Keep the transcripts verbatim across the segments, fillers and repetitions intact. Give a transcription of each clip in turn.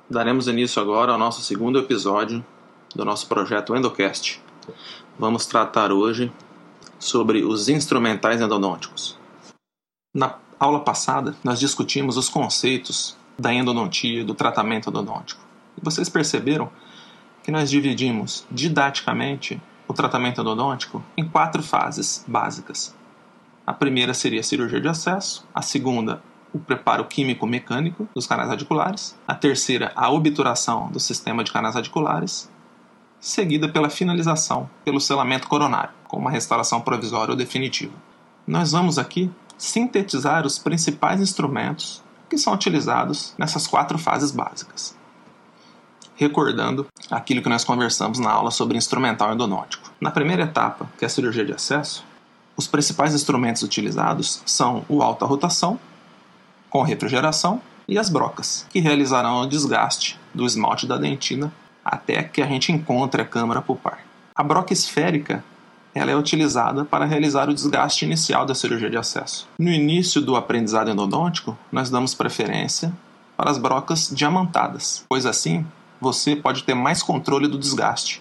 Daremos início agora ao nosso segundo episódio do nosso projeto Endocast. Vamos tratar hoje sobre os instrumentais endodônticos. Na aula passada, nós discutimos os conceitos da endodontia e do tratamento endodôntico. E vocês perceberam que nós dividimos didaticamente o tratamento endodôntico em quatro fases básicas. A primeira seria a cirurgia de acesso, a segunda, o preparo químico-mecânico dos canais radiculares, a terceira, a obturação do sistema de canais radiculares, seguida pela finalização pelo selamento coronário, com uma restauração provisória ou definitiva. Nós vamos aqui sintetizar os principais instrumentos que são utilizados nessas quatro fases básicas, recordando aquilo que nós conversamos na aula sobre instrumental endodôntico. Na primeira etapa, que é a cirurgia de acesso, os principais instrumentos utilizados são o alta rotação, com refrigeração, e as brocas, que realizarão o desgaste do esmalte da dentina até que a gente encontre a câmara pulpar. A broca esférica ela é utilizada para realizar o desgaste inicial da cirurgia de acesso. No início do aprendizado endodôntico, nós damos preferência para as brocas diamantadas, pois assim você pode ter mais controle do desgaste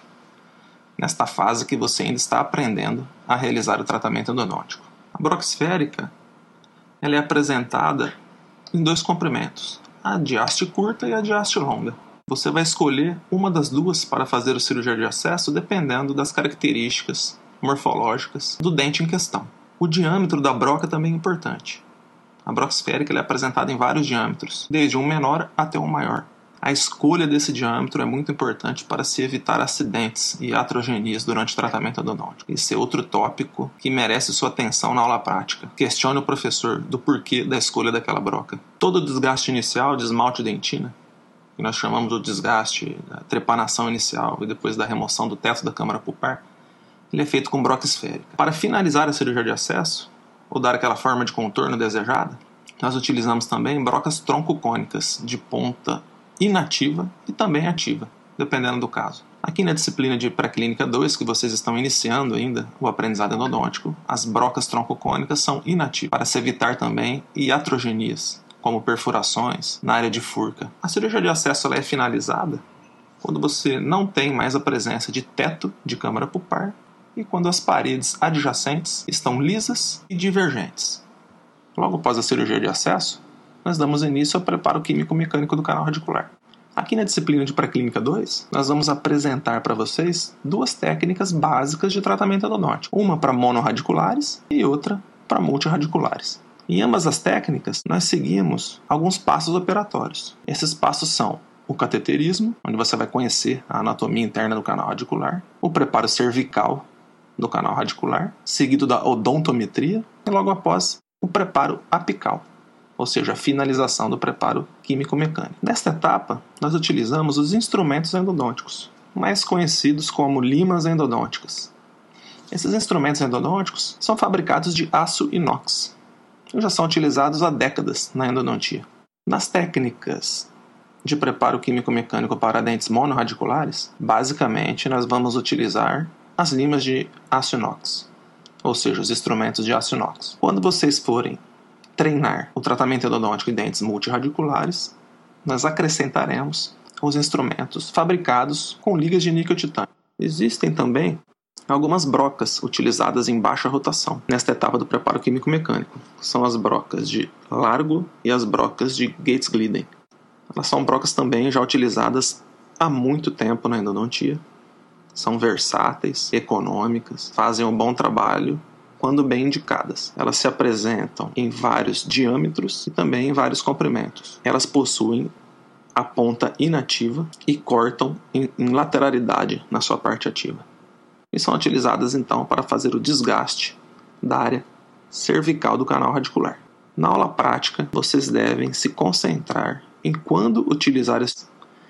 nesta fase que você ainda está aprendendo a realizar o tratamento endodôntico. A broca esférica ela é apresentada em dois comprimentos, a de haste curta e a de haste longa. Você vai escolher uma das duas para fazer a cirurgia de acesso dependendo das características morfológicas do dente em questão. O diâmetro da broca também é importante. A broca esférica ela é apresentada em vários diâmetros, desde um menor até um maior. A escolha desse diâmetro é muito importante para se evitar acidentes e atrogenias durante o tratamento endodôntico. Esse é outro tópico que merece sua atenção na aula prática. Questione o professor do porquê da escolha daquela broca. Todo o desgaste inicial de esmalte e dentina, que nós chamamos de desgaste, da trepanação inicial e depois da remoção do teto da câmara pulpar, ele é feito com broca esférica. Para finalizar a cirurgia de acesso, ou dar aquela forma de contorno desejada, nós utilizamos também brocas troncocônicas de ponta inativa e também ativa, dependendo do caso. Aqui na disciplina de pré-clínica dois, que vocês estão iniciando ainda o aprendizado endodôntico, as brocas troncocônicas são inativas, para se evitar também iatrogenias, como perfurações na área de furca. A cirurgia de acesso ela é finalizada quando você não tem mais a presença de teto de câmara pulpar e quando as paredes adjacentes estão lisas e divergentes. Logo após a cirurgia de acesso, nós damos início ao preparo químico-mecânico do canal radicular. Aqui na disciplina de pré-clínica dois, nós vamos apresentar para vocês duas técnicas básicas de tratamento endodôntico, uma para monorradiculares e outra para multirradiculares. Em ambas as técnicas, nós seguimos alguns passos operatórios. Esses passos são o cateterismo, onde você vai conhecer a anatomia interna do canal radicular, o preparo cervical do canal radicular, seguido da odontometria e logo após o preparo apical, ou seja, a finalização do preparo químico-mecânico. Nesta etapa, nós utilizamos os instrumentos endodônticos, mais conhecidos como limas endodônticas. Esses instrumentos endodônticos são fabricados de aço inox e já são utilizados há décadas na endodontia. Nas técnicas de preparo químico-mecânico para dentes monorradiculares, basicamente nós vamos utilizar as limas de aço inox, ou seja, os instrumentos de aço inox. Quando vocês forem treinar o tratamento endodôntico em dentes multirradiculares, nós acrescentaremos os instrumentos fabricados com ligas de níquel-titânio. Existem também algumas brocas utilizadas em baixa rotação nesta etapa do preparo químico-mecânico. São as brocas de Largo e as brocas de Gates-Glidden. Elas são brocas também já utilizadas há muito tempo na endodontia. São versáteis, econômicas, fazem um bom trabalho quando bem indicadas. Elas se apresentam em vários diâmetros e também em vários comprimentos. Elas possuem a ponta inativa e cortam em, em lateralidade na sua parte ativa. E são utilizadas então para fazer o desgaste da área cervical do canal radicular. Na aula prática, vocês devem se concentrar em quando utilizar esse.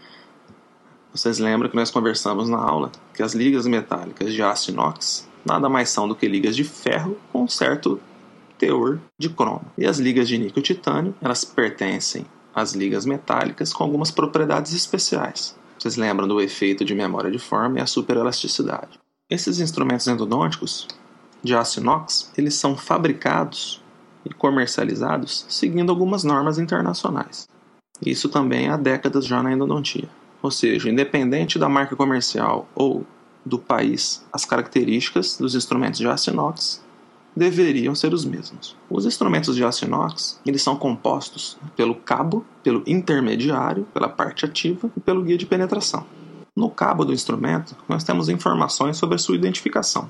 Vocês lembram que nós conversamos na aula que as ligas metálicas de aço inox nada mais são do que ligas de ferro com um certo teor de cromo. E as ligas de níquel-titânio, elas pertencem às ligas metálicas com algumas propriedades especiais. Vocês lembram do efeito de memória de forma e a superelasticidade. Esses instrumentos endodônticos de aço inox, eles são fabricados e comercializados seguindo algumas normas internacionais. Isso também há décadas já na endodontia. Ou seja, independente da marca comercial ou do país, as características dos instrumentos de aço inox deveriam ser os mesmos. Os instrumentos de aço inox, eles são compostos pelo cabo, pelo intermediário, pela parte ativa e pelo guia de penetração. No cabo do instrumento, nós temos informações sobre a sua identificação.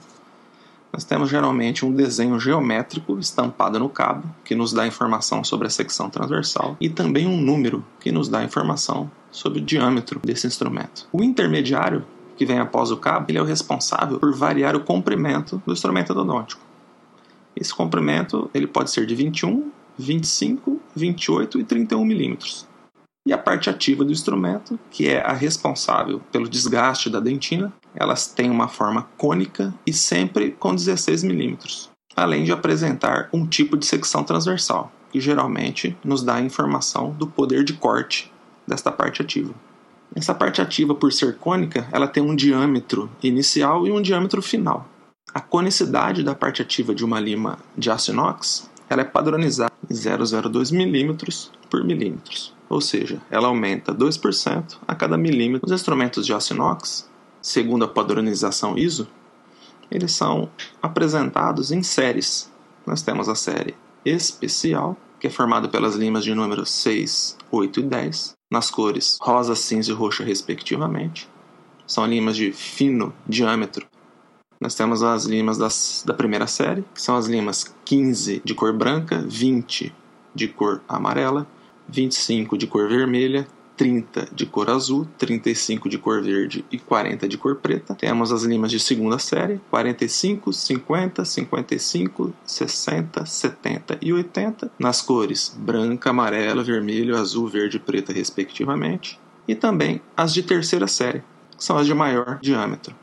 Nós temos geralmente um desenho geométrico estampado no cabo, que nos dá informação sobre a secção transversal, e também um número, que nos dá informação sobre o diâmetro desse instrumento. O intermediário, que vem após o cabo, ele é o responsável por variar o comprimento do instrumento endodôntico. Esse comprimento ele pode ser de vinte e um, vinte e cinco, vinte e oito e trinta e um milímetros. E a parte ativa do instrumento, que é a responsável pelo desgaste da dentina, elas têm uma forma cônica e sempre com dezesseis milímetros, além de apresentar um tipo de secção transversal, que geralmente nos dá a informação do poder de corte desta parte ativa. Essa parte ativa, por ser cônica, ela tem um diâmetro inicial e um diâmetro final. A conicidade da parte ativa de uma lima de aço inox ela é padronizada em zero vírgula zero dois milímetros por milímetros, ou seja, ela aumenta dois por cento a cada milímetro. Os instrumentos de aço inox, segundo a padronização I S O, eles são apresentados em séries. Nós temos a série especial, que é formada pelas limas de números seis, oito e dez, nas cores rosa, cinza e roxa respectivamente. São limas de fino diâmetro. Nós temos as limas das, da primeira série, que são as limas quinze de cor branca, vinte de cor amarela, vinte e cinco de cor vermelha, trinta de cor azul, trinta e cinco de cor verde e quarenta de cor preta. Temos as limas de segunda série, quarenta e cinco, cinquenta, cinquenta e cinco, sessenta, setenta e oitenta, nas cores branca, amarela, vermelho, azul, verde e preta respectivamente. E também as de terceira série, que são as de maior diâmetro.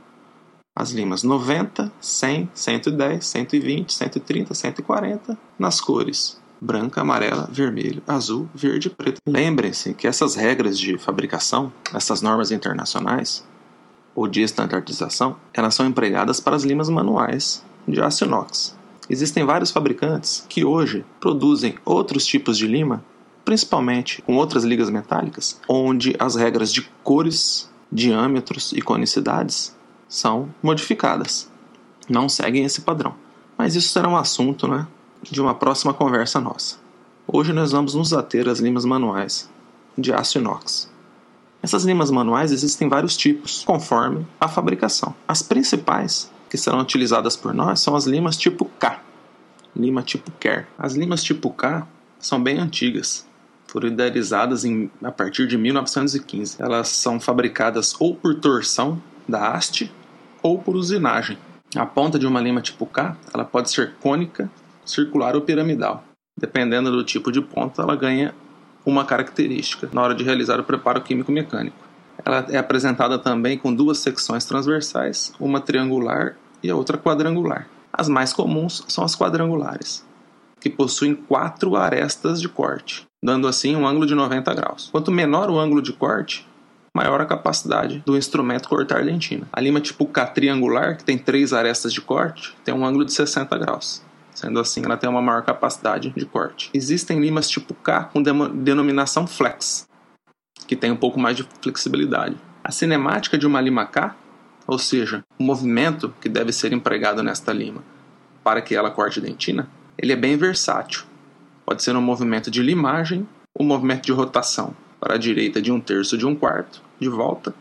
As limas noventa, cem, cento e dez, cento e vinte, cento e trinta, cento e quarenta, nas cores branca, amarela, vermelho, azul, verde e preto. Lembrem-se que essas regras de fabricação, essas normas internacionais, ou de estandardização, elas são empregadas para as limas manuais de aço inox. Existem vários fabricantes que hoje produzem outros tipos de lima, principalmente com outras ligas metálicas, onde as regras de cores, diâmetros e conicidades são modificadas. Não seguem esse padrão. Mas isso será um assunto, né, de uma próxima conversa nossa. Hoje nós vamos nos ater às limas manuais de aço inox. Essas limas manuais existem vários tipos, conforme a fabricação. As principais que serão utilizadas por nós são as limas tipo K, lima tipo Kerr. As limas tipo K são bem antigas. Foram idealizadas em, a partir de mil novecentos e quinze. Elas são fabricadas ou por torção da haste ou por usinagem. A ponta de uma lima tipo K ela pode ser cônica, circular ou piramidal. Dependendo do tipo de ponta, ela ganha uma característica na hora de realizar o preparo químico-mecânico. Ela é apresentada também com duas secções transversais, uma triangular e a outra quadrangular. As mais comuns são as quadrangulares, que possuem quatro arestas de corte, dando assim um ângulo de noventa graus. Quanto menor o ângulo de corte, maior a capacidade do instrumento cortar dentina. A lima tipo K triangular, que tem três arestas de corte, tem um ângulo de sessenta graus. Sendo assim, ela tem uma maior capacidade de corte. Existem limas tipo K com denominação flex, que tem um pouco mais de flexibilidade. A cinemática de uma lima K, ou seja, o movimento que deve ser empregado nesta lima para que ela corte dentina, ele é bem versátil. Pode ser um movimento de limagem, um movimento de rotação para a direita de um terço de um quarto, de volta,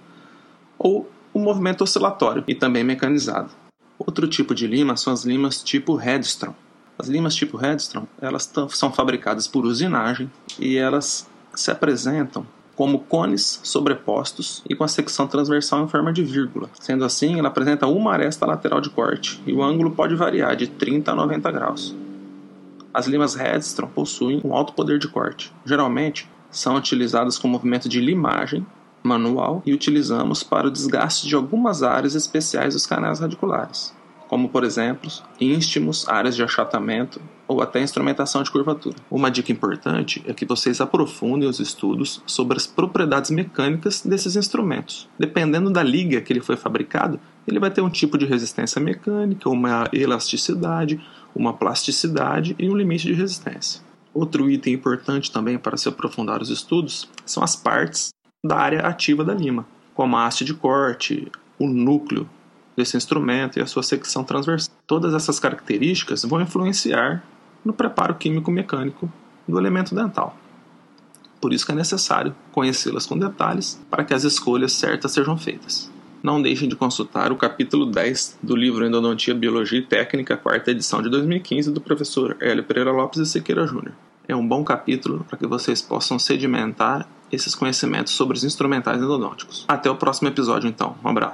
ou um movimento oscilatório e também mecanizado. Outro tipo de lima são as limas tipo Hedstrom. As limas tipo Hedstrom, elas são fabricadas por usinagem e elas se apresentam como cones sobrepostos e com a secção transversal em forma de vírgula. Sendo assim, ela apresenta uma aresta lateral de corte e o ângulo pode variar de trinta a noventa graus. As limas Hedstrom possuem um alto poder de corte. Geralmente, são utilizadas com movimento de limagem manual e utilizamos para o desgaste de algumas áreas especiais dos canais radiculares, como, por exemplo, istmos, áreas de achatamento ou até instrumentação de curvatura. Uma dica importante é que vocês aprofundem os estudos sobre as propriedades mecânicas desses instrumentos. Dependendo da liga que ele foi fabricado, ele vai ter um tipo de resistência mecânica, uma elasticidade, uma plasticidade e um limite de resistência. Outro item importante também para se aprofundar os estudos são as partes da área ativa da lima, como a haste de corte, o núcleo desse instrumento e a sua secção transversal. Todas essas características vão influenciar no preparo químico-mecânico do elemento dental. Por isso que é necessário conhecê-las com detalhes para que as escolhas certas sejam feitas. Não deixem de consultar o capítulo dez do livro Endodontia, Biologia e Técnica, quarta edição de dois mil e quinze, do professor Hélio Pereira Lopes e Siqueira Júnior É um bom capítulo para que vocês possam sedimentar esses conhecimentos sobre os instrumentais endodônticos. Até o próximo episódio, então. Um abraço.